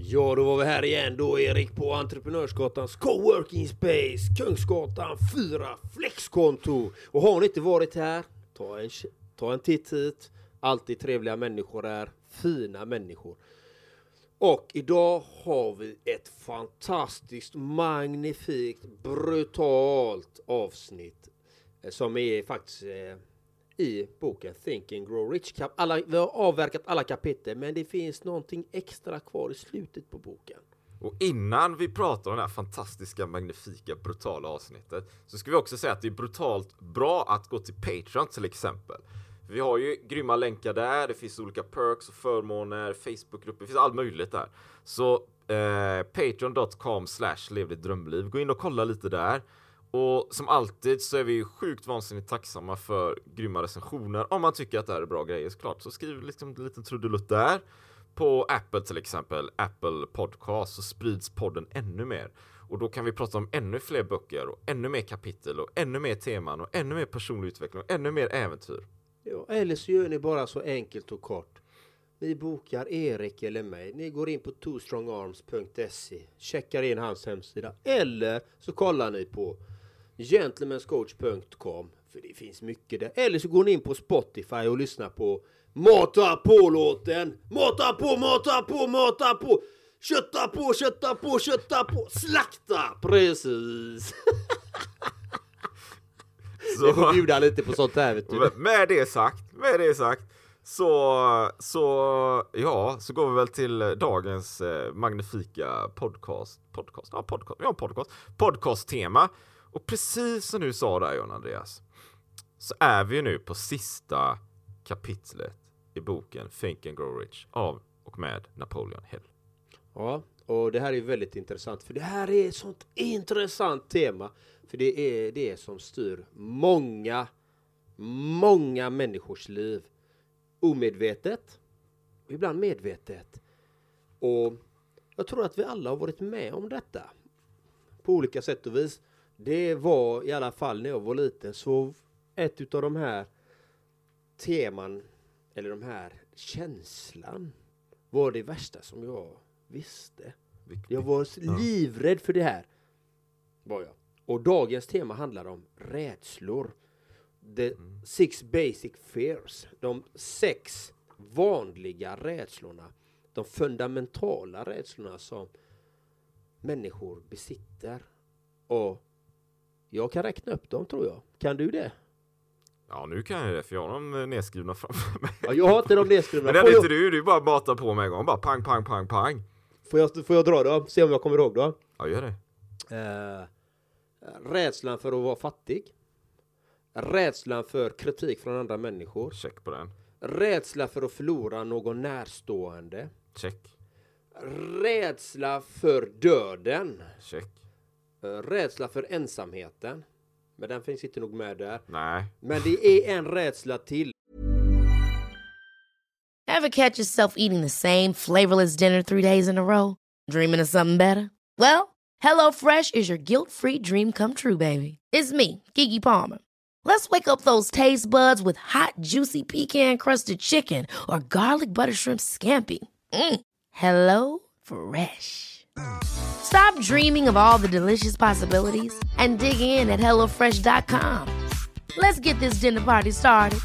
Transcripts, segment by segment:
Ja, då var vi här igen då, Erik, på Entreprenörsgatans Coworking Space, Kungsgatan 4, Flexkontor. Och har ni inte varit här, ta en titt hit. Alltid trevliga människor här, fina människor. Och idag har vi ett fantastiskt, magnifikt, brutalt avsnitt som är faktiskt i boken Think and Grow Rich. Vi har avverkat alla kapitel, men det finns någonting extra kvar i slutet på boken. Och innan vi pratar om det här fantastiska, magnifika, brutala avsnittet så ska vi också säga att det är brutalt bra att gå till Patreon till exempel. Vi har ju grymma länkar där, det finns olika perks och förmåner, Facebookgrupper, det finns allt möjligt där. Så patreon.com/levdetdrömliv, gå in och kolla lite där. Och som alltid så är vi sjukt vansinnigt tacksamma för grymma recensioner. Om man tycker att det här är bra grejer såklart, så skriv liksom en liten trudelutt där. På Apple till exempel, Apple Podcast, så sprids podden ännu mer. Och då kan vi prata om ännu fler böcker och ännu mer kapitel och ännu mer teman och ännu mer personlig utveckling och ännu mer äventyr. Ja, eller så gör ni bara så enkelt och kort. Ni bokar Erik eller mig. Ni går in på twostrongarms.se, checkar in hans hemsida. Eller så kollar ni på gentlemanscoach.com, för det finns mycket där. Eller så går ni in på Spotify och lyssnar på Mata på-låten. Mata på, mata på, mata på. Kötta på, kötta på, kötta på. Slakta! Precis. Så jag får bjuda lite på sånt här, vet du. Med det sagt så går vi väl till dagens magnifika podcast-tema. Och precis som du sa där, John Andreas, så är vi nu på sista kapitlet i boken Think and Grow Rich av och med Napoleon Hill. Ja, och det här är väldigt intressant, för det här är ett sånt intressant tema. För det är det som styr många människors liv. Omedvetet, ibland medvetet. Och jag tror att vi alla har varit med om detta på olika sätt och vis. Det var i alla fall när jag var liten, så ett utav de här teman, eller de här känslan, var det värsta som jag visste. Jag var livrädd för det här, var jag. Och dagens tema handlar om rädslor. The 6 basic fears. De 6 vanliga rädslorna. De fundamentala rädslorna som människor besitter. Och jag kan räkna upp dem, tror jag. Kan du det? Ja, nu kan jag det, för jag har dem nedskrivna framför mig. Ja, jag har inte dem nedskrivna. Men det är inte du bara matar på mig en gång. Bara pang, pang, pang, pang. Får jag dra då? Se om jag kommer ihåg då. Ja, gör det. Rädslan för att vara fattig. Rädslan för kritik från andra människor. Check på den. Rädsla för att förlora någon närstående. Check. Rädsla för döden. Check. Rädsla för ensamheten. Men den finns inte nog med där. Nej. Men det är en rädsla till. Ever catch yourself eating the same flavorless dinner 3 days in a row? Dreaming of something better? Well, HelloFresh is your guilt-free dream come true, baby. It's me, Keke Palmer. Let's wake up those taste buds with hot, juicy pecan-crusted chicken or garlic butter shrimp scampi. Hello Fresh. Stop dreaming of all the delicious possibilities and dig in at HelloFresh.com. Let's get this dinner party started.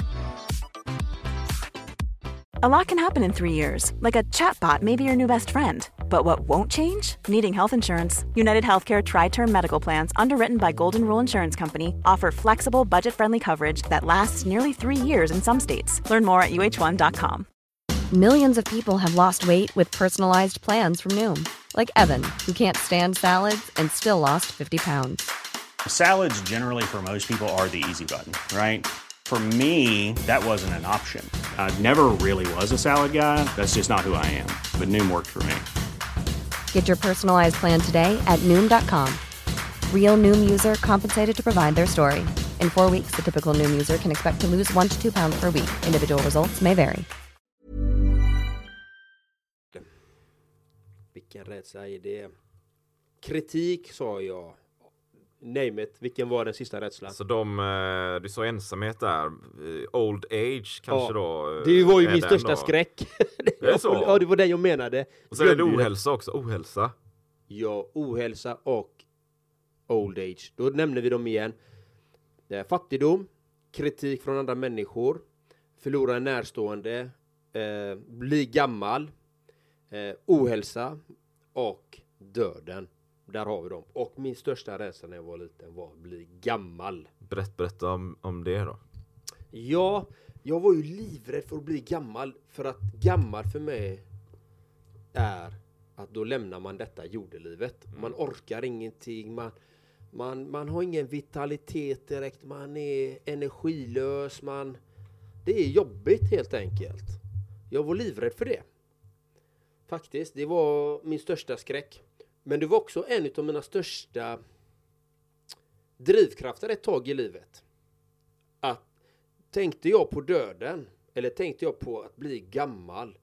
A lot can happen in 3 years, like a chatbot may be your new best friend. But what won't change? Needing health insurance. United Healthcare Tri-Term Medical Plans, underwritten by Golden Rule Insurance Company, offer flexible, budget-friendly coverage that lasts nearly 3 years in some states. Learn more at uh1.com. Millions of people have lost weight with personalized plans from Noom. Like Evan, who can't stand salads and still lost 50 pounds. Salads generally for most people are the easy button, right? For me, that wasn't an option. I never really was a salad guy. That's just not who I am. But Noom worked for me. Get your personalized plan today at Noom.com. Real Noom user compensated to provide their story. In 4 weeks, the typical Noom user can expect to lose 1 to 2 pounds per week. Individual results may vary. Vilken rädsla är det? Kritik, sa jag. name it. Vilken var den sista rädslan? Så du sa ensamhet där. Old age kanske då. Det var ju min den största då. skräck. Det är så? Ja, det var det jag menade. Och så är det ohälsa också. Ohälsa. Ja, ohälsa och old age. Då nämner vi dem igen. Det är fattigdom, kritik från andra människor, förlora en närstående, bli gammal, ohälsa och döden. Där har vi dem. Och min största rädsla när jag var liten var att bli gammal. Berätta om det då. Ja, jag var ju livrädd för att bli gammal. För att gammal för mig är att då lämnar man detta jordelivet. Man orkar ingenting. Man har ingen vitalitet direkt. Man är energilös. Det är jobbigt helt enkelt. Jag var livrädd för det. Faktiskt, det var min största skräck. Men det var också en av mina största drivkrafter ett tag i livet. Att tänkte jag på döden, eller tänkte jag på att bli gammal,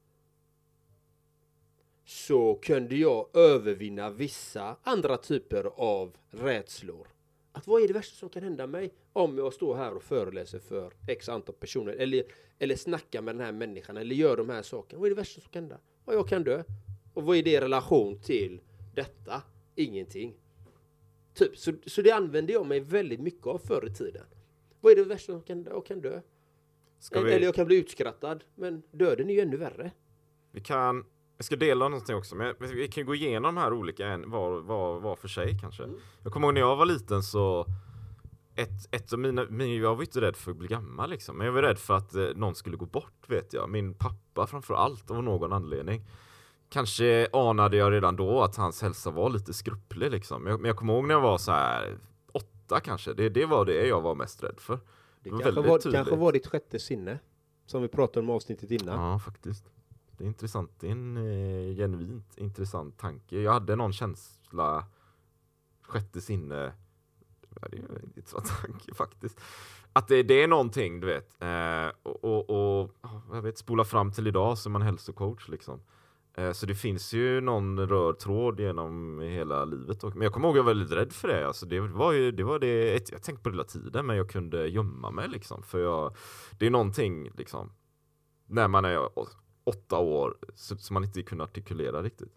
så kunde jag övervinna vissa andra typer av rädslor. Att vad är det värsta som kan hända mig om jag står här och föreläser för x antal personer, eller snackar med den här människan, eller gör de här sakerna. Vad är det värsta som kan hända? Ja, jag kan dö. Och vad är det i relation till detta? Ingenting. Typ, så det använde jag mig väldigt mycket av förr i tiden. Vad är det värsta som kan hända? Jag kan dö. Eller jag kan bli utskrattad. Men döden är ju ännu värre. Jag ska dela någonting också, men vi kan gå igenom de här olika var för sig kanske. Jag kommer ihåg när jag var liten så ett av jag var inte rädd för att bli gammal liksom, men jag var rädd för att någon skulle gå bort, vet jag. Min pappa framför allt, av någon anledning. Kanske anade jag redan då att hans hälsa var lite skrupplig liksom. Men jag kommer ihåg när jag var så här 8 kanske. Det var det jag var mest rädd för. Det kanske var ditt sjätte sinne, som vi pratade om avsnittet innan. Ja, faktiskt. Det är intressant. Det är en genuint intressant tanke. Jag hade någon känsla, sjätte sinne, det är en intressant tanke faktiskt. Att det är någonting, du vet. Och jag vet, spola fram till idag så är man hälsocoach liksom. Så det finns ju någon röd tråd genom hela livet. Men jag kommer ihåg att jag var väldigt rädd för det. Alltså det var det jag tänkte på det hela tiden, men jag kunde gömma mig liksom. För det är någonting liksom, när man är 8 år så man inte kunde artikulera riktigt.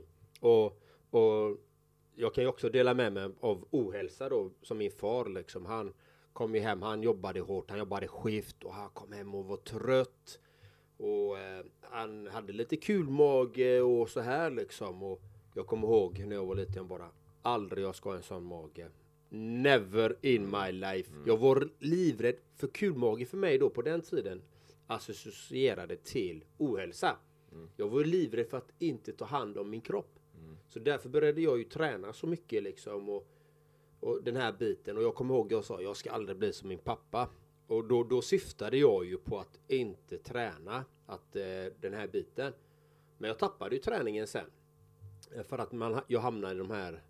Och jag kan ju också dela med mig av ohälsa då, som min far liksom. Han kom ju hem, han jobbade hårt, han jobbade skift och han kom hem och var trött. Och han hade lite kul mage och så här liksom. Och jag kommer ihåg när jag var liten, bara aldrig jag ska ha en sån mage. Never in my life. Jag var livrädd för kulmage. För mig då på den tiden associerade till ohälsa. Jag var livrädd för att inte ta hand om min kropp. Så därför började jag ju träna så mycket liksom. Och den här biten. Och jag kommer ihåg jag sa, jag ska aldrig bli som min pappa. Och då syftade jag ju på att inte träna den här biten. Men jag tappade ju träningen sen. För att jag hamnade i de här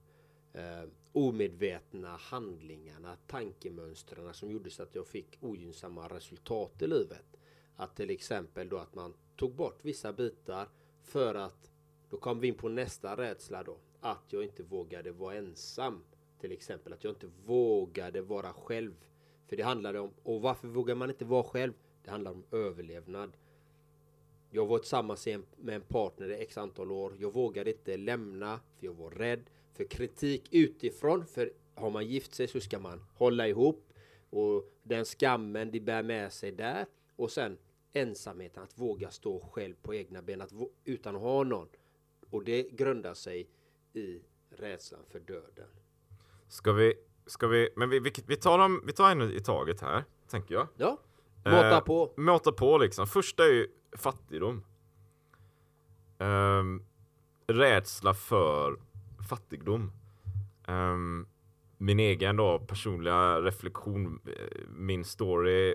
omedvetna handlingarna, tankemönstren som gjorde så att jag fick ogynnsamma resultat i livet. Att till exempel då att man tog bort vissa bitar för att då kom vi in på nästa rädsla då. Att jag inte vågade vara ensam. Till exempel att jag inte vågade vara själv. För det handlade om, och varför vågar man inte vara själv? Det handlar om överlevnad. Jag var tillsammans med en partner i x antal år. Jag vågade inte lämna för jag var rädd för kritik utifrån. För har man gift sig så ska man hålla ihop. Och den skammen det bär med sig där. Och sen ensamheten, att våga stå själv på egna ben utan att ha någon. Och det grundar sig i rädslan för döden. Men vi tar en i taget här, tänker jag. Ja, mata på. Mata på liksom. Första är ju fattigdom. Rädsla för fattigdom. Min egen då personliga reflektion, min story.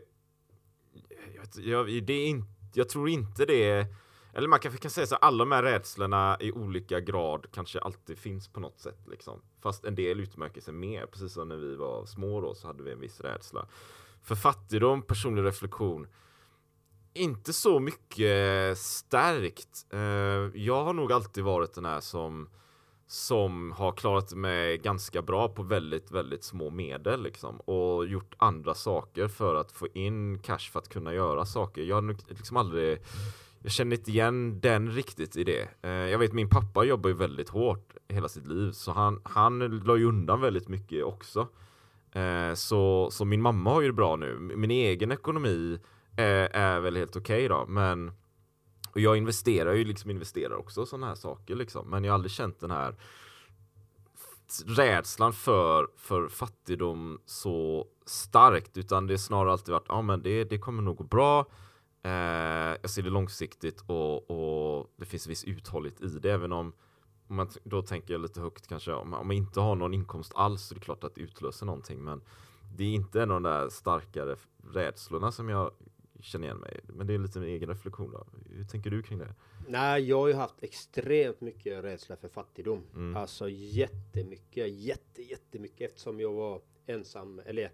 Jag tror inte det. Eller man kan säga så, alla de här rädslorna i olika grad kanske alltid finns på något sätt liksom. Fast en del utmärker sig mer. Precis som när vi var små då så hade vi en viss rädsla. För fattigdom, personlig reflektion, inte så mycket stärkt. Jag har nog alltid varit den här som som har klarat mig ganska bra på väldigt, väldigt små medel liksom, och gjort andra saker för att få in cash för att kunna göra saker. Jag har liksom aldrig, jag känner inte igen den riktigt i det. Jag vet min pappa jobbar ju väldigt hårt hela sitt liv, så han la ju undan väldigt mycket också. Så min mamma har ju det bra nu. Min egen ekonomi är väl helt okej då, men och jag investerar också sådana här saker liksom, men jag har aldrig känt den här rädslan för fattigdom så starkt, utan det är snarare alltid varit men det kommer nog gå bra. Jag ser det långsiktigt och det finns viss uthållighet i det, även om man då tänker lite högt kanske, om man inte har någon inkomst alls så är det klart att det utlöser någonting, men det är inte en av de där starkare rädslorna som jag känner igen mig. Men det är lite min egen reflektion då. Hur tänker du kring det? Nej, jag har ju haft extremt mycket rädsla för fattigdom. Alltså jättemycket, jättemycket, eftersom jag var ensam, eller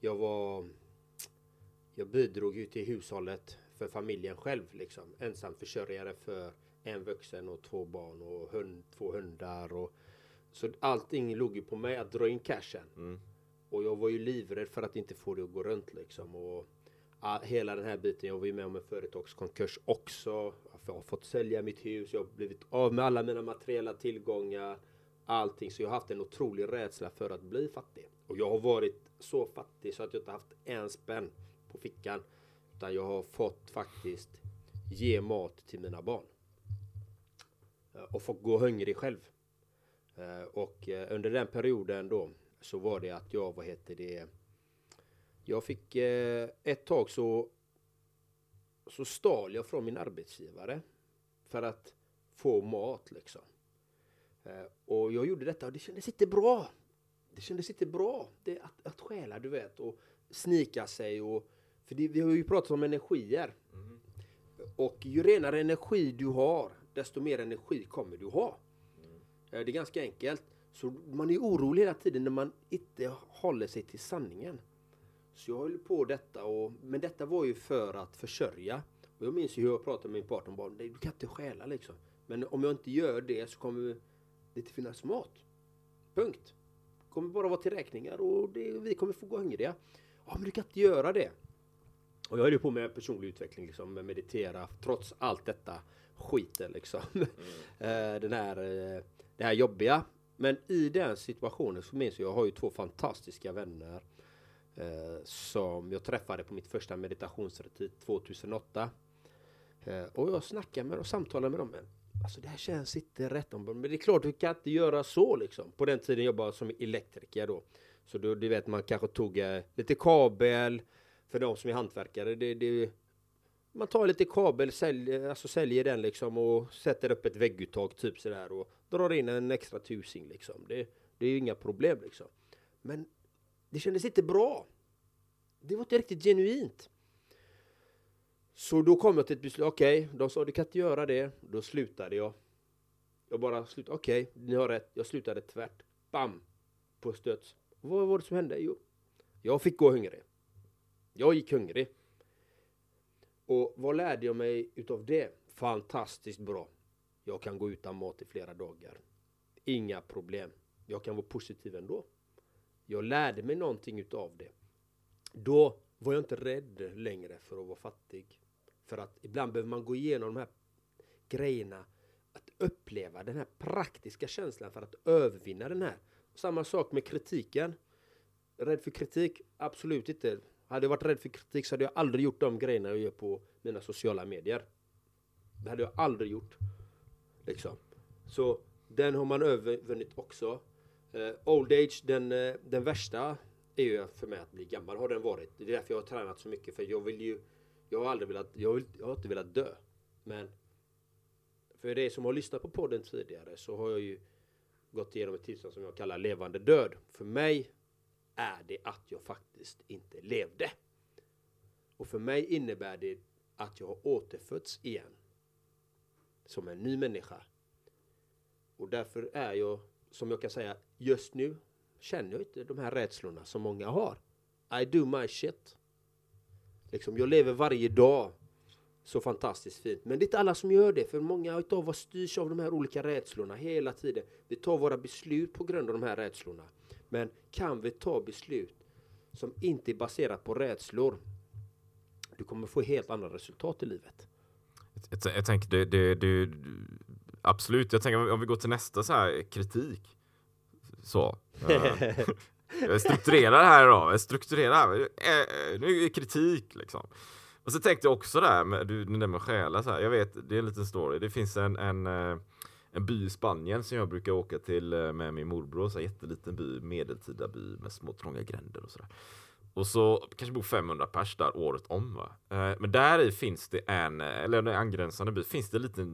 jag bidrog ju till hushållet för familjen själv liksom. Ensam försörjare för en vuxen och 2 barn och 2 hundar och så allting låg ju på mig att dra in cashen. Och jag var ju livrädd för att inte få det att gå runt liksom, och hela den här biten, jag var ju med om en företagskonkurs också. Jag har fått sälja mitt hus, jag har blivit av med alla mina materiella tillgångar, allting. Så jag har haft en otrolig rädsla för att bli fattig. Och jag har varit så fattig så att jag inte haft en spänn på fickan. Utan jag har fått faktiskt ge mat till mina barn. Och fått gå hungrig själv. Och under den perioden då så var det att jag fick ett tag så stal jag från min arbetsgivare för att få mat liksom. Och jag gjorde detta och det kändes inte bra. Det att stjäla, du vet, och snika sig för vi har ju pratat om energier. Och ju renare energi du har, desto mer energi kommer du ha. Det är ganska enkelt. Så man är orolig hela tiden när man inte håller sig till sanningen. Så jag höll på detta, men detta var ju för att försörja. Och jag minns ju hur jag pratade med min partner om barn. Du kan inte stjäla liksom. Men om jag inte gör det så kommer det inte finnas mat. Punkt. Det kommer bara vara till räkningar och vi kommer få gå hungriga. Ja, men du kan inte göra det. Och jag höll ju på med personlig utveckling liksom, med meditera trots allt detta skiten liksom. Det här jobbiga. Men i den situationen så minns jag har ju 2 fantastiska vänner som jag träffade på mitt första meditationsretreat 2008. Och jag snackade med och samtalade med dem. Men alltså det här känns inte rätt. Men det är klart du kan inte göra så liksom. På den tiden jobbade jag som elektriker då. Så då, du vet, man kanske tog lite kabel för de som är hantverkare. Man tar lite kabel, säljer den liksom och sätter upp ett vägguttag typ sådär och drar in en extra tusing liksom. Det är ju inga problem liksom. Men det kändes inte bra. Det var inte riktigt genuint. Så då kom jag till ett beslut. Okej, de sa du kan inte göra det. Då slutade jag. Jag bara slutade. Okej, ni har rätt. Jag slutade tvärt. Bam! På stöts. Vad var det som hände? Jo, jag fick gå hungrig. Jag gick hungrig. Och vad lärde jag mig utav det? Fantastiskt bra. Jag kan gå utan mat i flera dagar. Inga problem. Jag kan vara positiv ändå. Jag lärde mig någonting utav det. Då var jag inte rädd längre för att vara fattig. För att ibland behöver man gå igenom de här grejerna. Att uppleva den här praktiska känslan för att övervinna den här. Samma sak med kritiken. Rädd för kritik? Absolut inte. Hade jag varit rädd för kritik så hade jag aldrig gjort de grejerna jag gör på mina sociala medier. Det hade jag aldrig gjort. Liksom. Så den har man övervunnit också. Old age, den värsta är ju för mig att bli gammal, har den varit. Det är därför jag har tränat så mycket, för jag har inte velat dö. Men för det som har lyssnat på podden tidigare så har jag ju gått igenom ett tillstånd som jag kallar levande död. För mig är det att jag faktiskt inte levde. Och för mig innebär det att jag har återfötts igen. Som en ny människa. Och därför är jag, som jag kan säga, just nu känner jag inte de här rädslorna som många har. I do my shit. Liksom, jag lever varje dag så fantastiskt fint. Men det är inte alla som gör det, för många av oss styrs av de här olika rädslorna hela tiden. Vi tar våra beslut på grund av de här rädslorna. Men kan vi ta beslut som inte är baserat på rädslor, du kommer få helt andra resultat i livet. Jag tänker det absolut. Jag tänker om vi går till nästa så här kritik. Så. Jag strukturerar här då. Nu är kritik liksom. Och så tänkte jag också där med själar så här. Jag vet, det är en liten story. Det finns en by i Spanien som jag brukar åka till med min morbror, så en jätteliten by, medeltida by med små trånga gränder och sådär. Och så kanske bor 500 pers där året om, va. Men där i finns det eller en angränsande by finns det en liten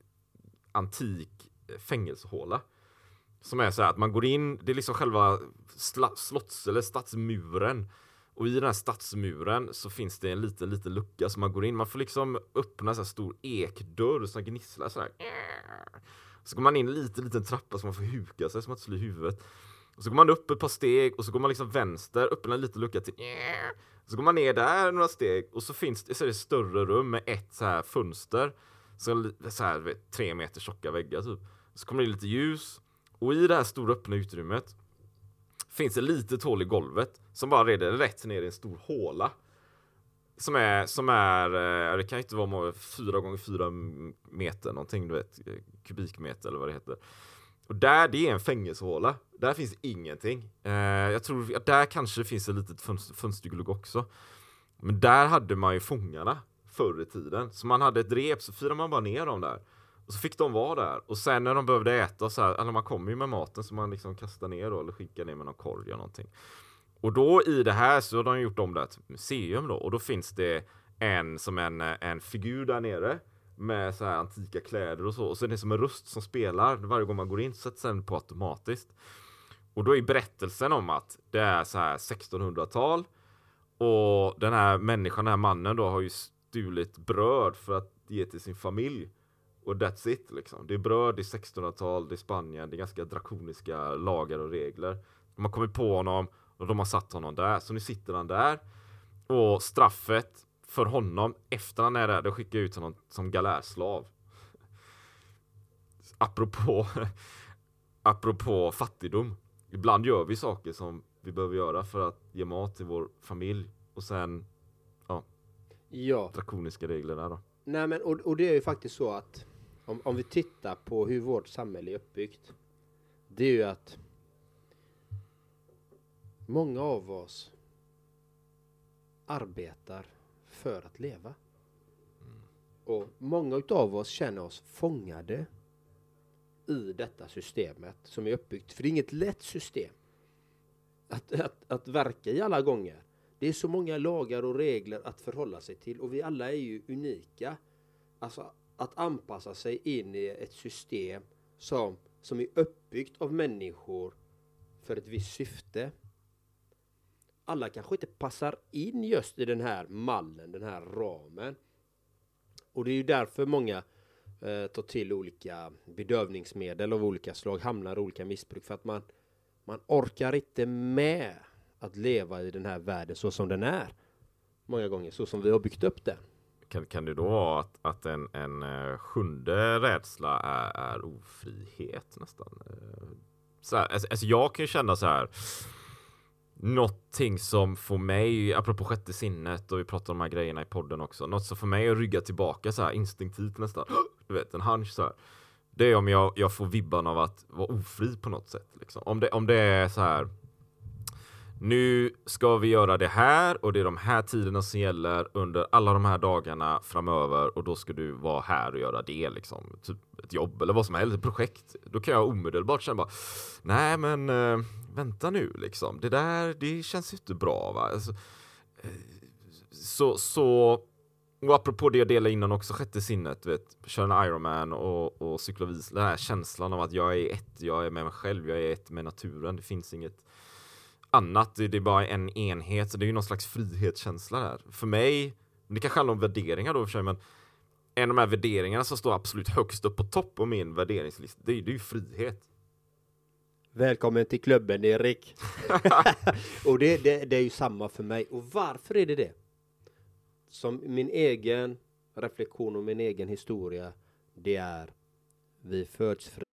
antik fängelsehåla. Som är så här att man går in, det är liksom själva slotts- eller stadsmuren. Och i den här stadsmuren så finns det en liten lucka som man går in. Man får liksom öppna så här stor ekdörr som gnisslar så här. Så går man in en liten trappa så man får huka sig som att slå i huvudet. Och så går man upp ett par steg och så går man liksom vänster, öppnar en liten lucka till. Så går man ner där några steg och så är det ett större rum med ett så här fönster. Så här 3 meter tjocka väggar typ. Så kommer det lite ljus. Och i det här stora öppna utrymmet finns det litet hål i golvet som bara leder rätt ner i en stor håla. Som är det kan inte vara 4x4 meter någonting, du vet, kubikmeter eller vad det heter. Och det är en fängelsehåla. Där finns ingenting. Jag tror att där kanske finns ett litet fönsterglugg också. Men där hade man ju fångarna förr i tiden. Så man hade ett rep, så firade man bara ner dem där. Och så fick de vara där. Och sen när de behövde äta så här, eller man kommer ju med maten så man liksom kastar ner då, eller skickar ner med någon korg eller någonting. Och då i det här så har de gjort om det till ett museum då. Och då finns det en figur där nere med så här antika kläder och så. Och så är det som en röst som spelar varje gång man går in, så sätts den på automatiskt. Och då är berättelsen om att det är så här 1600-tal. Och den här människan, den här mannen då, har ju stulit bröd för att ge till sin familj. Och that's it liksom. Det är bröd, det är 1600-tal, det är Spanien, det är ganska drakoniska lagar och regler. De har kommit på honom och de har satt honom där. Så nu sitter han där. Och straffet för honom efter han är där, då skickar ut honom som galärslav. Apropå fattigdom. Ibland gör vi saker som vi behöver göra för att ge mat till vår familj. Och sen, drakoniska regler där då. Nej, men och det är ju faktiskt så att om vi tittar på hur vårt samhälle är uppbyggt, det är ju att många av oss arbetar för att leva. Och många av oss känner oss fångade i detta systemet som är uppbyggt. För det är inget lätt system att verka i alla gånger. Det är så många lagar och regler att förhålla sig till. Och vi alla är ju unika. Alltså att anpassa sig in i ett system som är uppbyggt av människor för ett visst syfte. Alla kanske inte passar in just i den här mallen, den här ramen. Och det är ju därför många tar till olika bedövningsmedel av olika slag, hamnar i olika missbruk. För att man orkar inte med att leva i den här världen så som den är. Många gånger, så som vi har byggt upp den. Kan det då vara att en sjunde rädsla är ofrihet nästan? Så här, alltså jag kan ju känna så här, någonting som får mig, apropå sjätte sinnet, och vi pratar om de här grejerna i podden också, något som får mig att rygga tillbaka så här instinktivt nästan, du vet, en hunch så här. Det är om jag får vibban av att vara ofri på något sätt liksom. Om det är så här, nu ska vi göra det här och det är de här tiderna som gäller under alla de här dagarna framöver, och då ska du vara här och göra det liksom, typ ett jobb eller vad som helst, ett projekt. Då kan jag omedelbart känna bara, nej men vänta nu liksom, det känns ju inte bra, va? Alltså, så och apropå det jag delade innan också, sjätte sinnet, vet, köra en Ironman och cykla vis, den här känslan av att jag är med mig själv, jag är ett med naturen, det finns inget annat, det är bara en enhet, så det är ju någon slags frihetskänsla där. För mig, det kanske handlar om värderingar då för sig, men en av de här värderingarna som står absolut högst upp på topp på min värderingslista, det är ju frihet. Välkommen till klubben, Erik. Och det är ju samma för mig. Och varför är det? Som min egen reflektion om min egen historia, det är vi föds fria.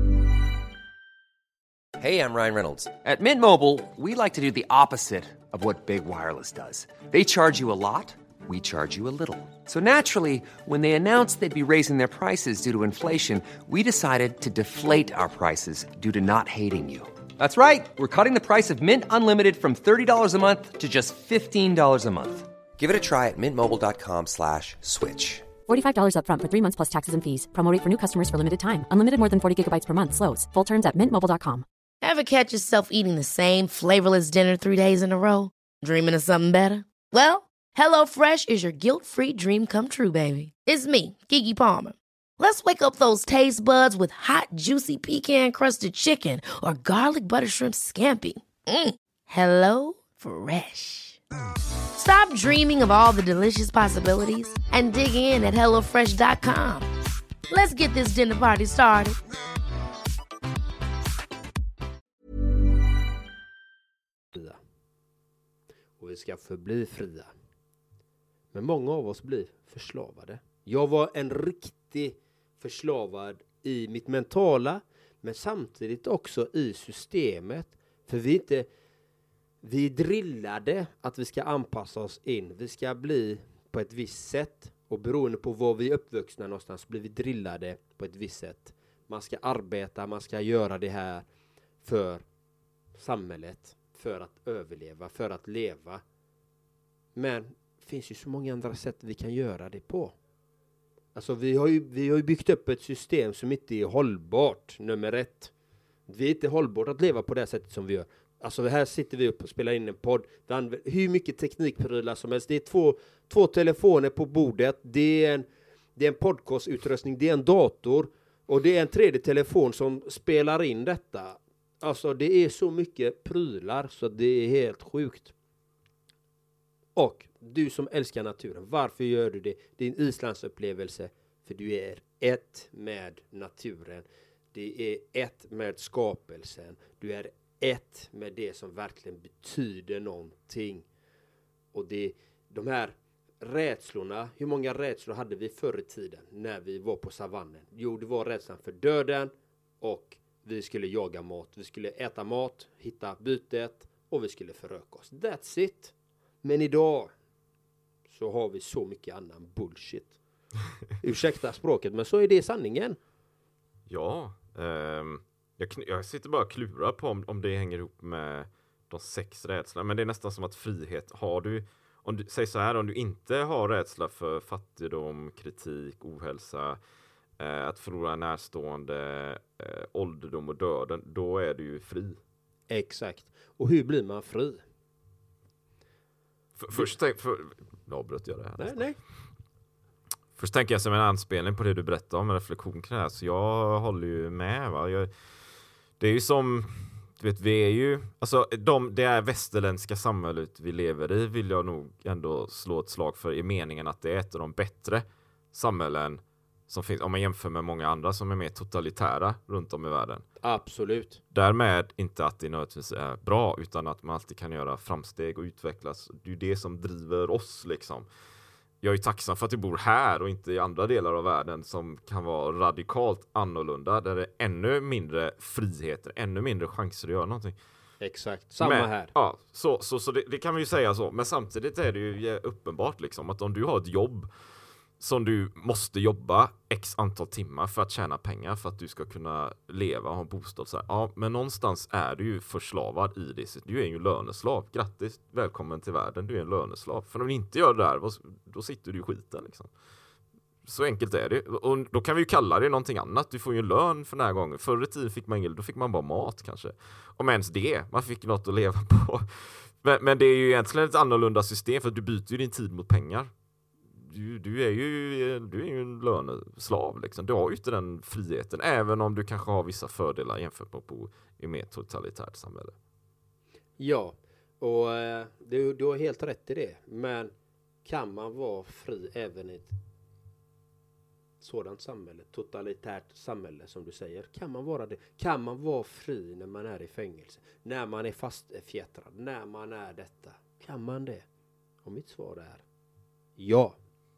Hey, I'm Ryan Reynolds. At Mint Mobile, we like to do the opposite of what Big Wireless does. They charge you a lot, we charge you a little. So naturally, when they announced they'd be raising their prices due to inflation, we decided to deflate our prices due to not hating you. That's right. We're cutting the price of Mint Unlimited from $30 a month to just $15 a month. Give it a try at mintmobile.com/switch. $45 up front for 3 months plus taxes and fees. Promo rate for new customers for limited time. Unlimited more than 40 gigabytes per month. Slows full terms at mintmobile.com. Ever catch yourself eating the same flavorless dinner 3 days in a row? Dreaming of something better? Well, HelloFresh is your guilt-free dream come true, baby. It's me, Keke Palmer. Let's wake up those taste buds with hot, juicy pecan-crusted chicken or garlic butter shrimp scampi. Hello Fresh. Stop dreaming of all the delicious possibilities and dig in at HelloFresh.com. Let's get this dinner party started. Och vi ska förbli fria. Men många av oss blir förslavade. Jag var en riktig förslavad i mitt mentala, men samtidigt också i systemet. För vi drillade att vi ska anpassa oss in. Vi ska bli på ett visst sätt. Och beroende på var vi är uppvuxna någonstans blir vi drillade på ett visst sätt. Man ska arbeta, man ska göra det här för samhället. För att överleva, för att leva. Men det finns ju så många andra sätt vi kan göra det på. Alltså vi har ju byggt upp ett system som inte är hållbart, nummer 1. Det är inte hållbart att leva på det sättet som vi gör. Alltså här sitter vi upp och spelar in en podd. Vi använder hur mycket teknikprylar som helst. Det är två telefoner på bordet. Det är en podcastutrustning. Det är en dator. Och det är en tredje telefon som spelar in detta. Alltså det är så mycket prylar så det är helt sjukt. Och du som älskar naturen, varför gör du det? Det är en Islandsupplevelse. För du är ett med naturen. Det är ett med skapelsen. Du är ett med det som verkligen betyder någonting. Och de här rädslorna, hur många rädslor hade vi förr i tiden när vi var på savannen? Jo, det var rädslan för döden och vi skulle jaga mat. Vi skulle äta mat, hitta bytet och vi skulle föröka oss. That's it. Men idag så har vi så mycket annan bullshit. Ursäkta språket, men så är det sanningen. Ja, jag sitter bara och klurar på om det hänger ihop med de 6 rädslorna. Men det är nästan som att frihet har du. Säg så här, om du inte har rädsla för fattigdom, kritik, ohälsa, att förlora närstående, ålderdom och döden, då är du ju fri. Exakt. Och hur blir man fri? Först avbröt jag det här. Nej. Först tänker jag som en anspelning på det du berättade om, en reflektion kring det här. Så jag håller ju med. Va? Det är ju som, du vet, vi är ju, alltså det är västerländska samhället vi lever i vill jag nog ändå slå ett slag för i meningen att det är ett av de bättre samhällen som finns, om man jämför med många andra som är mer totalitära runt om i världen. Absolut. Därmed inte att det nödvändigtvis är bra, utan att man alltid kan göra framsteg och utvecklas. Det är ju det som driver oss liksom. Jag är tacksam för att jag bor här och inte i andra delar av världen som kan vara radikalt annorlunda, där det är ännu mindre friheter, ännu mindre chanser att göra någonting. Exakt, samma här. Ja, så det kan vi ju säga så. Men samtidigt är det ju uppenbart liksom att om du har ett jobb som du måste jobba x antal timmar för att tjäna pengar för att du ska kunna leva och ha en bostad. Så här. Ja, men någonstans är du ju förslavad i det. Du är ju en löneslav. Grattis, välkommen till världen. Du är en löneslav. För om du inte gör det där, då sitter du i skiten. Liksom. Så enkelt är det. Och då kan vi ju kalla det någonting annat. Du får ju en lön för den här gången. Förr i tiden fick man då fick man bara mat kanske. Om ens det. Man fick något att leva på. Men det är ju egentligen ett annorlunda system för att du byter ju din tid mot pengar. Du är ju en löneslav liksom. Du har ju inte den friheten, även om du kanske har vissa fördelar jämfört med att bo i mer totalitärt samhälle. Ja, och du har helt rätt i det. Men kan man vara fri även i ett sådant samhälle, totalitärt samhälle som du säger? Kan man vara det? Kan man vara fri när man är i fängelse? När man är fastfjättrad? När man är detta? Kan man det? Och mitt svar är ja.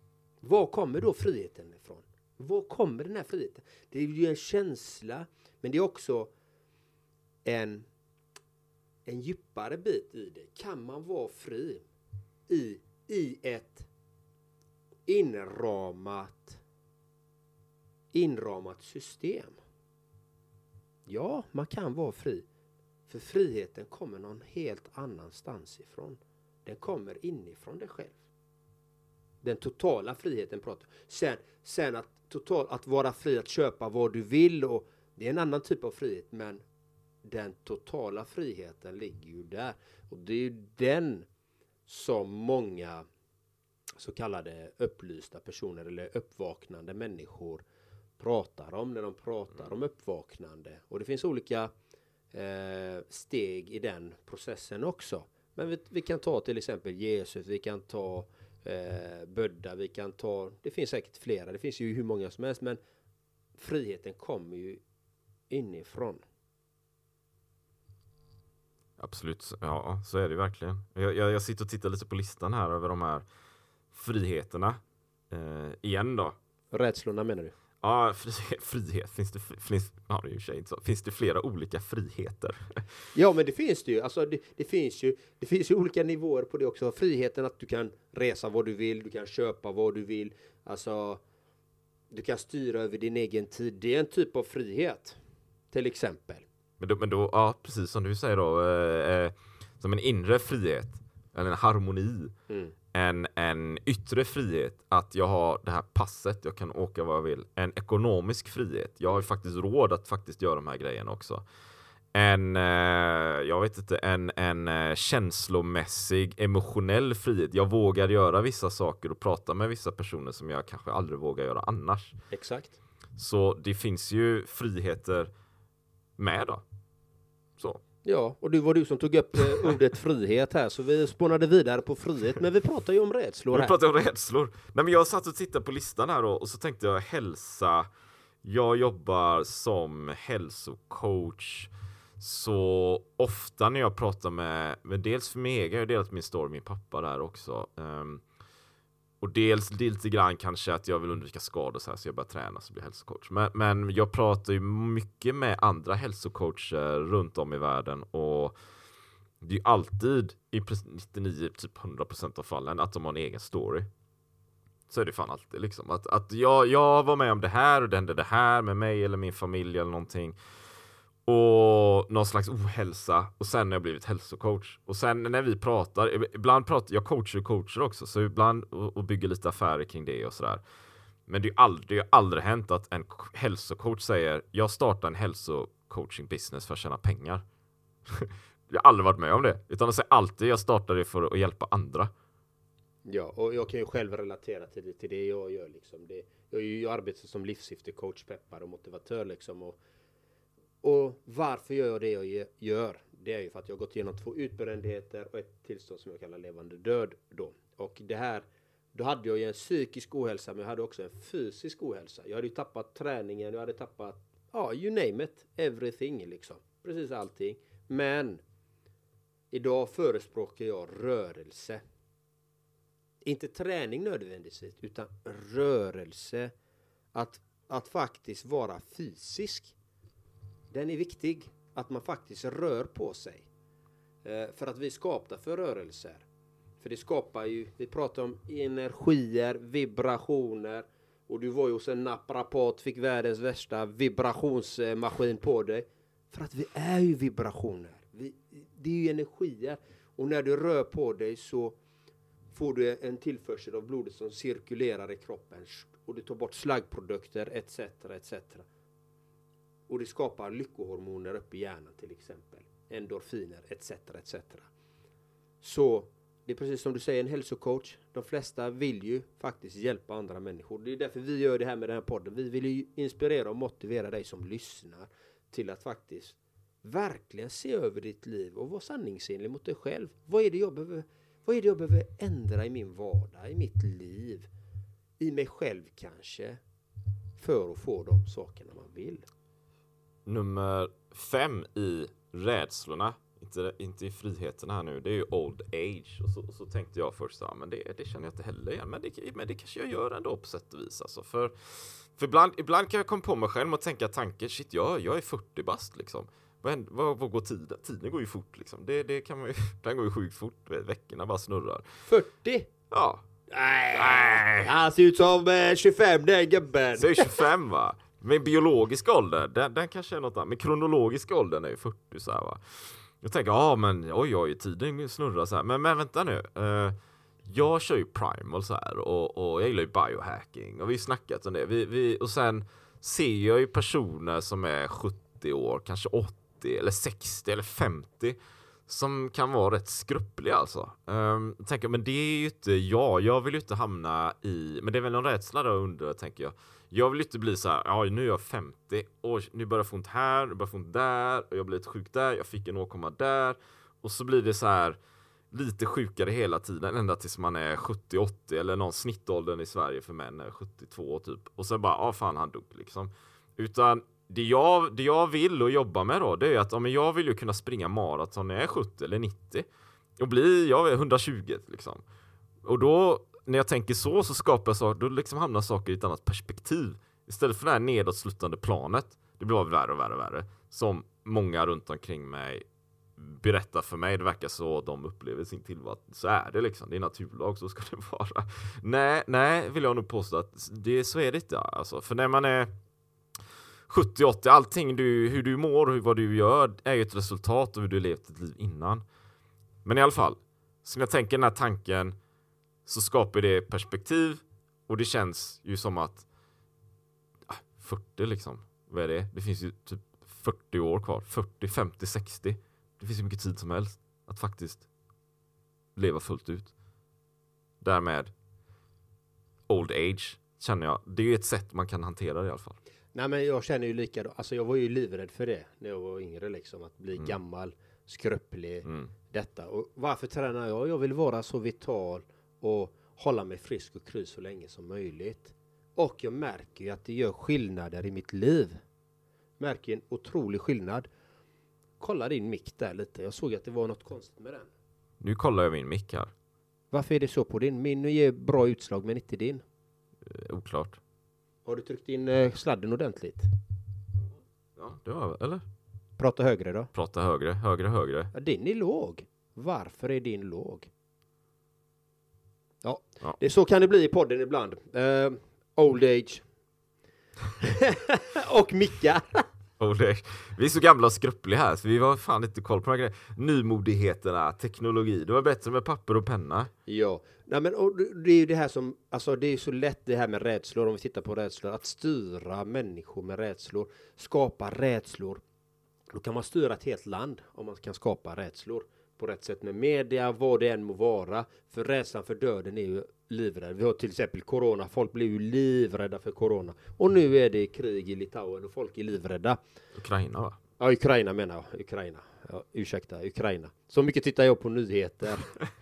Var kommer då friheten ifrån? Var kommer den här friheten? Det är ju en känsla, men det är också en djupare bit i det. Kan man vara fri i ett inramat system? Ja, man kan vara fri. För friheten kommer någon helt annanstans ifrån. Den kommer inifrån dig själv. Den totala friheten pratar. Sen att vara fri att köpa vad du vill, och det är en annan typ av frihet, men den totala friheten ligger ju där. Och det är ju den som många så kallade upplysta personer eller uppvaknande människor pratar om när de pratar om uppvaknande. Och det finns olika steg i den processen också. Men vi kan ta till exempel Jesus, vi kan ta Buddha, det finns säkert flera, det finns ju hur många som helst, men friheten kommer ju inifrån. Absolut, ja, så är det verkligen. Jag sitter och tittar lite på listan här över de här friheterna. Igen då. Rädslorna menar du? Ja, frihet. Ja, det är ju sig inte så. Finns det flera olika friheter? Ja, men det finns det ju. Alltså det finns ju olika nivåer på det också. Friheten att du kan resa vad du vill, du kan köpa vad du vill. Alltså, du kan styra över din egen tid. Det är en typ av frihet, till exempel. Men då ja, precis som du säger då, som en inre frihet, eller en harmoni. En yttre frihet, att jag har det här passet, jag kan åka vad jag vill. En ekonomisk frihet, jag har ju faktiskt råd att faktiskt göra de här grejerna också. En känslomässig, emotionell frihet. Jag vågar göra vissa saker och prata med vissa personer som jag kanske aldrig vågar göra annars. Exakt. Så det finns ju friheter med då. Så. Ja, och det var du som tog upp ordet frihet här, så vi spånade vidare på frihet, men vi pratar ju om rädslor här. Vi pratar om rädslor. Nej, men jag satt och tittade på listan här och så tänkte jag hälsa. Jag jobbar som hälsocoach, så ofta när jag pratar med dels för mig egen, jag har delat min story med min pappa där också. Och dels lite grann kanske att jag vill undvika skador så här, så jag börjar träna så blir jag hälsocoach. Men jag pratar ju mycket med andra hälsocoacher runt om i världen, och det är ju alltid i 99, typ 100% av fallen att de har en egen story. Så är det fan alltid liksom. Att jag var med om det här och det hände det här med mig eller min familj eller någonting. Och någon slags ohälsa. Och sen har jag blivit hälsocoach. Och sen när vi pratar, ibland pratar jag coacher också. Så ibland och bygger lite affärer kring det och sådär. Men det har aldrig hänt att en hälsocoach säger jag startar en hälsocoaching business för att tjäna pengar. Jag har aldrig varit med om det. Utan de säger alltid jag startar det för att hjälpa andra. Ja, och jag kan ju själv relatera till det jag gör liksom. Jag arbetar som livssyftecoach, peppar och motivatör liksom. Och varför gör jag det jag gör? Det är ju för att jag har gått igenom 2 utbrändheter och ett tillstånd som jag kallar levande död då. Och det här, då hade jag ju en psykisk ohälsa, men jag hade också en fysisk ohälsa. Jag hade ju tappat träningen, jag hade tappat, you name it, everything liksom. Precis allting. Men idag förespråkar jag rörelse. Inte träning nödvändigtvis, utan rörelse. Att faktiskt vara fysisk. Den är viktig, att man faktiskt rör på sig. För att vi skapar för rörelser. För det skapar ju, vi pratar om energier, vibrationer. Och du var ju hos en naprapat, fick världens värsta vibrationsmaskin på dig. För att vi är ju vibrationer. Det är ju energier. Och när du rör på dig så får du en tillförsel av blodet som cirkulerar i kroppen. Och du tar bort slaggprodukter etc. etc. Och det skapar lyckohormoner upp i hjärnan till exempel. Endorfiner etc. etc. Så det är precis som du säger, en hälsocoach. De flesta vill ju faktiskt hjälpa andra människor. Det är därför vi gör det här med den här podden. Vi vill ju inspirera och motivera dig som lyssnar till att faktiskt verkligen se över ditt liv och vara sanningsenlig mot dig själv. Vad är det jag behöver ändra i min vardag, i mitt liv, i mig själv kanske, för att få de sakerna man vill. Nummer 5 i rädslorna. inte i friheten här nu. Det är ju old age. Och så tänkte jag först, ja, men det känner jag inte heller igen. Men det kanske jag gör ändå på sätt och vis. Alltså. För ibland kan jag komma på mig själv och tänka tanken, shit, jag är 40 bast liksom. Vad går tiden? Tiden går ju fort liksom. Det kan man ju, den går ju sjukt fort. Veckorna bara snurrar. 40? Ja. Nej. Han ser ut som 25, den gubben. Så är 25 va? Men biologisk ålder, den kanske är något annat. Men kronologisk åldern är ju 40 så här va. Jag tänker, men oj, tiden snurrar så här. Men vänta nu. Jag kör ju primal så här. Och jag gillar ju biohacking. Och vi har snackat om det. Och sen ser jag ju personer som är 70 år, kanske 80 eller 60 eller 50. Som kan vara rätt skruppliga alltså. Tänker, men det är ju inte jag vill ju inte hamna i, men det är väl någon rädsla där under, tänker jag. Jag vill ju inte bli så här, nu är jag 50 och nu börjar jag få ont här, nu börjar jag få ont där och jag blir lite sjuk där, jag fick en åkomma där och så blir det så här lite sjukare hela tiden ända tills man är 70-80 eller någon snittåldern i Sverige för män är 72 typ och så bara, fan han dog liksom. Utan det jag vill och jobba med då, det är att jag vill ju kunna springa maraton när jag är 70 eller 90 och jag är 120 liksom. Och då, när jag tänker så skapar jag saker, då liksom hamnar saker i ett annat perspektiv. Istället för det här nedåtslutande planet, det blir värre och värre och värre. Som många runt omkring mig berättar för mig, det verkar så de upplever sin tillvaro. Så är det liksom, det är naturlag, så ska det vara. Nej, vill jag nog påstå att så är det inte. Alltså, för när man är 70-80, allting hur du mår och vad du gör är ju ett resultat av hur du levt ett liv innan. Men i alla fall, så när jag tänker den här tanken så skapar det perspektiv och det känns ju som att 40 liksom, vad är det? Det finns ju typ 40 år kvar, 40, 50, 60. Det finns ju mycket tid som helst att faktiskt leva fullt ut. Därmed old age känner jag, det är ju ett sätt man kan hantera det i alla fall. Nej, men jag känner ju likadant. Alltså jag var ju livrädd för det när jag var yngre liksom. Att bli gammal, skröplig, detta. Och varför tränar jag? Jag vill vara så vital och hålla mig frisk och kry så länge som möjligt. Och jag märker ju att det gör skillnader i mitt liv. Märker en otrolig skillnad. Kolla din mick där lite. Jag såg att det var något konstigt med den. Nu kollar jag min mick här. Varför är det så på din? Min ger bra utslag men inte din. Oklart. Har du tryckt in sladden ordentligt? Ja, det var eller? Prata högre då. Prata högre. Ja, din är låg. Varför är din låg? Ja. Det, så kan det bli i podden ibland. Old age. Och micka. Old age. Vi är så gamla och skruppliga här så vi var fan inte koll på några grejer. Nymodigheterna, teknologi. Det var bättre med papper och penna. Ja. Nej, men och det är ju det här som, alltså det är så lätt det här med rädslor, om vi tittar på rädslor, att styra människor med rädslor, skapa rädslor. Då kan man styra ett helt land om man kan skapa rädslor på rätt sätt med media, vad det än må vara. För rädslan för döden är ju livrädd. Vi har till exempel corona, folk blir ju livrädda för corona. Och nu är det krig i Litauen och folk är livrädda. Ukraina va? Ja, Ukraina menar jag. Ukraina. Ja, ursäkta, Ukraina. Så mycket tittar jag på nyheter.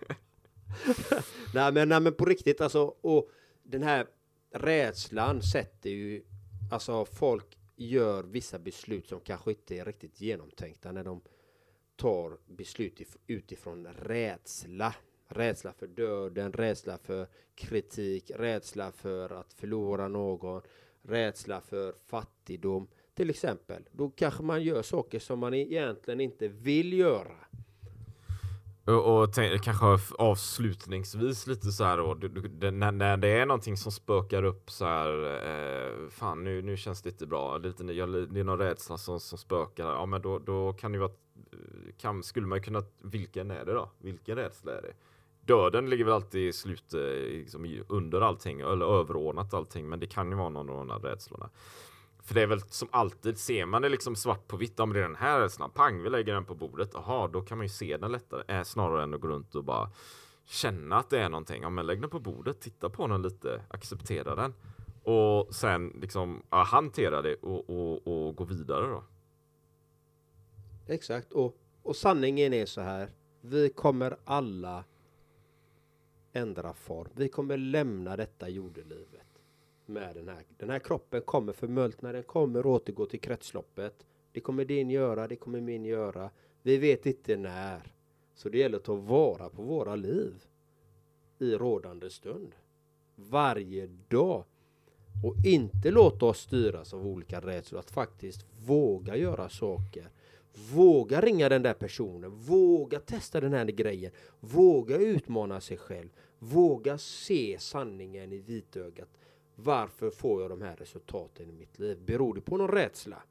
nej men på riktigt alltså, och den här rädslan sätter ju, alltså folk gör vissa beslut som kanske inte är riktigt genomtänkta när de tar beslut utifrån rädsla. Rädsla för döden, rädsla för kritik, rädsla för att förlora någon, rädsla för fattigdom till exempel. Då kanske man gör saker som man egentligen inte vill göra. Och kanske avslutningsvis lite så här då, när det är någonting som spökar upp så här, fan nu känns det inte bra, det är någon rädsla som spökar, ja men då kan det ju vara, skulle man kunna, vilken är det då? Vilken rädsla är det? Döden ligger väl alltid i slut, liksom under allting, eller överordnat allting, men det kan ju vara någon av de här rädslorna. För det är väl som alltid, ser man det liksom svart på vitt, om det är den här rädslan, pang, vi lägger den på bordet, aha, då kan man ju se den lättare, snarare än att gå runt och bara känna att det är någonting. Ja, men lägg den på bordet, titta på den lite, acceptera den och sen liksom hantera det och gå vidare då. Exakt, och sanningen är så här, vi kommer alla ändra form, vi kommer lämna detta jordelivet med den här kroppen kommer förmultna, den kommer återgå till kretsloppet Det kommer din göra, det kommer min göra. Vi vet inte när. Så det gäller att ta vara på våra liv i rådande stund. Varje dag. Och inte låta oss styras av olika rädslor. Att faktiskt våga göra saker. Våga ringa den där personen. Våga testa den här grejen. Våga utmana sig själv. Våga se sanningen i vitögat. Varför får jag de här resultaten i mitt liv? Beror det på någon rädsla?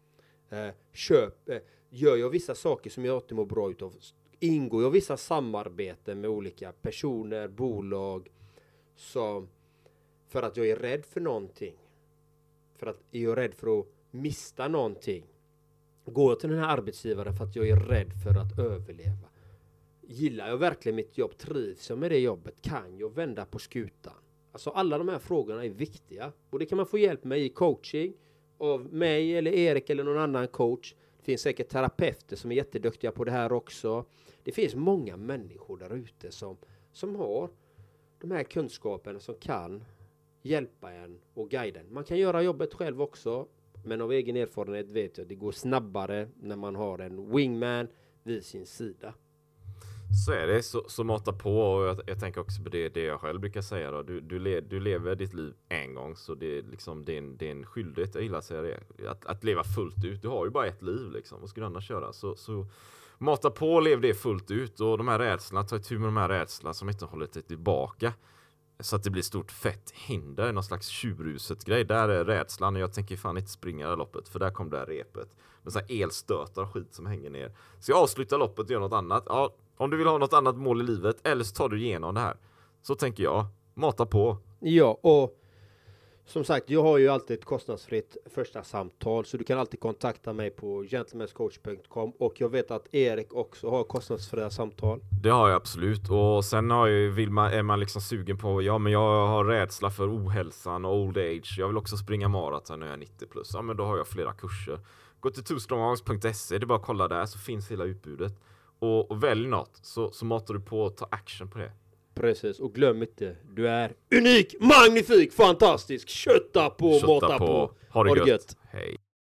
Gör jag vissa saker som jag alltid mår bra utav? Ingår jag vissa samarbeten med olika personer, bolag, för att jag är rädd för någonting? För att jag är rädd för att mista någonting? Går jag till den här arbetsgivaren för att jag är rädd för att överleva? Gillar jag verkligen mitt jobb? Trivs jag med det jobbet? Kan jag vända på skutan? Alltså alla de här frågorna är viktiga. Och det kan man få hjälp med i coaching. Av mig eller Erik eller någon annan coach. Det finns säkert terapeuter som är jätteduktiga på det här också. Det finns många människor där ute som har de här kunskaperna som kan hjälpa en och guida en. Man kan göra jobbet själv också. Men av egen erfarenhet vet jag att det går snabbare när man har en wingman vid sin sida. Så är det, så mata på. Och jag tänker också på det jag själv brukar säga då. Du lever ditt liv en gång, så det är liksom det är en skyldighet, jag gillar att säga det, att leva fullt ut. Du har ju bara ett liv liksom, vad ska du annars göra? Så mata på och lev det fullt ut. Och de här rädslorna, ta itu med de här rädslorna som inte håller dig tillbaka. Så att det blir stort fett hinder, någon slags tjurruset grej. Där är rädslan, och jag tänker fan inte springa det loppet, för där kom det här repet. Med så här elstötar och skit som hänger ner. Så jag avslutar loppet och gör något annat. Ja, om du vill ha något annat mål i livet, eller så tar du igenom det här. Så tänker jag, mata på. Ja, och som sagt, jag har ju alltid ett kostnadsfritt första samtal, så du kan alltid kontakta mig på gentlemanscoach.com, och jag vet att Erik också har kostnadsfria samtal. Det har jag absolut, och sen är man liksom sugen på, ja men jag har rädsla för ohälsan och old age, jag vill också springa maraton när jag är 90 plus, ja men då har jag flera kurser. Gå till twostrongarms.se, det är bara att kolla där, så finns hela utbudet. Och välj något, så matar du på och tar action på det. Precis, och glöm inte, du är unik, magnifik, fantastisk. Kötta på, mata på. Ha det gött. Hej.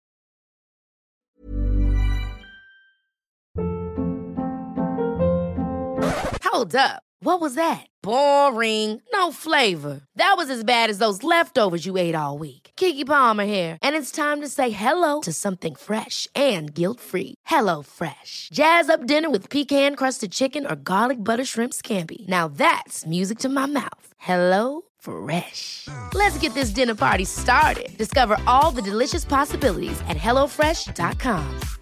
Hold up. What was that? Boring. No flavor. That was as bad as those leftovers you ate all week. Keke Palmer here, and it's time to say hello to something fresh and guilt-free. Hello Fresh. Jazz up dinner with pecan-crusted chicken or garlic butter shrimp scampi. Now that's music to my mouth. Hello Fresh. Let's get this dinner party started. Discover all the delicious possibilities at hellofresh.com.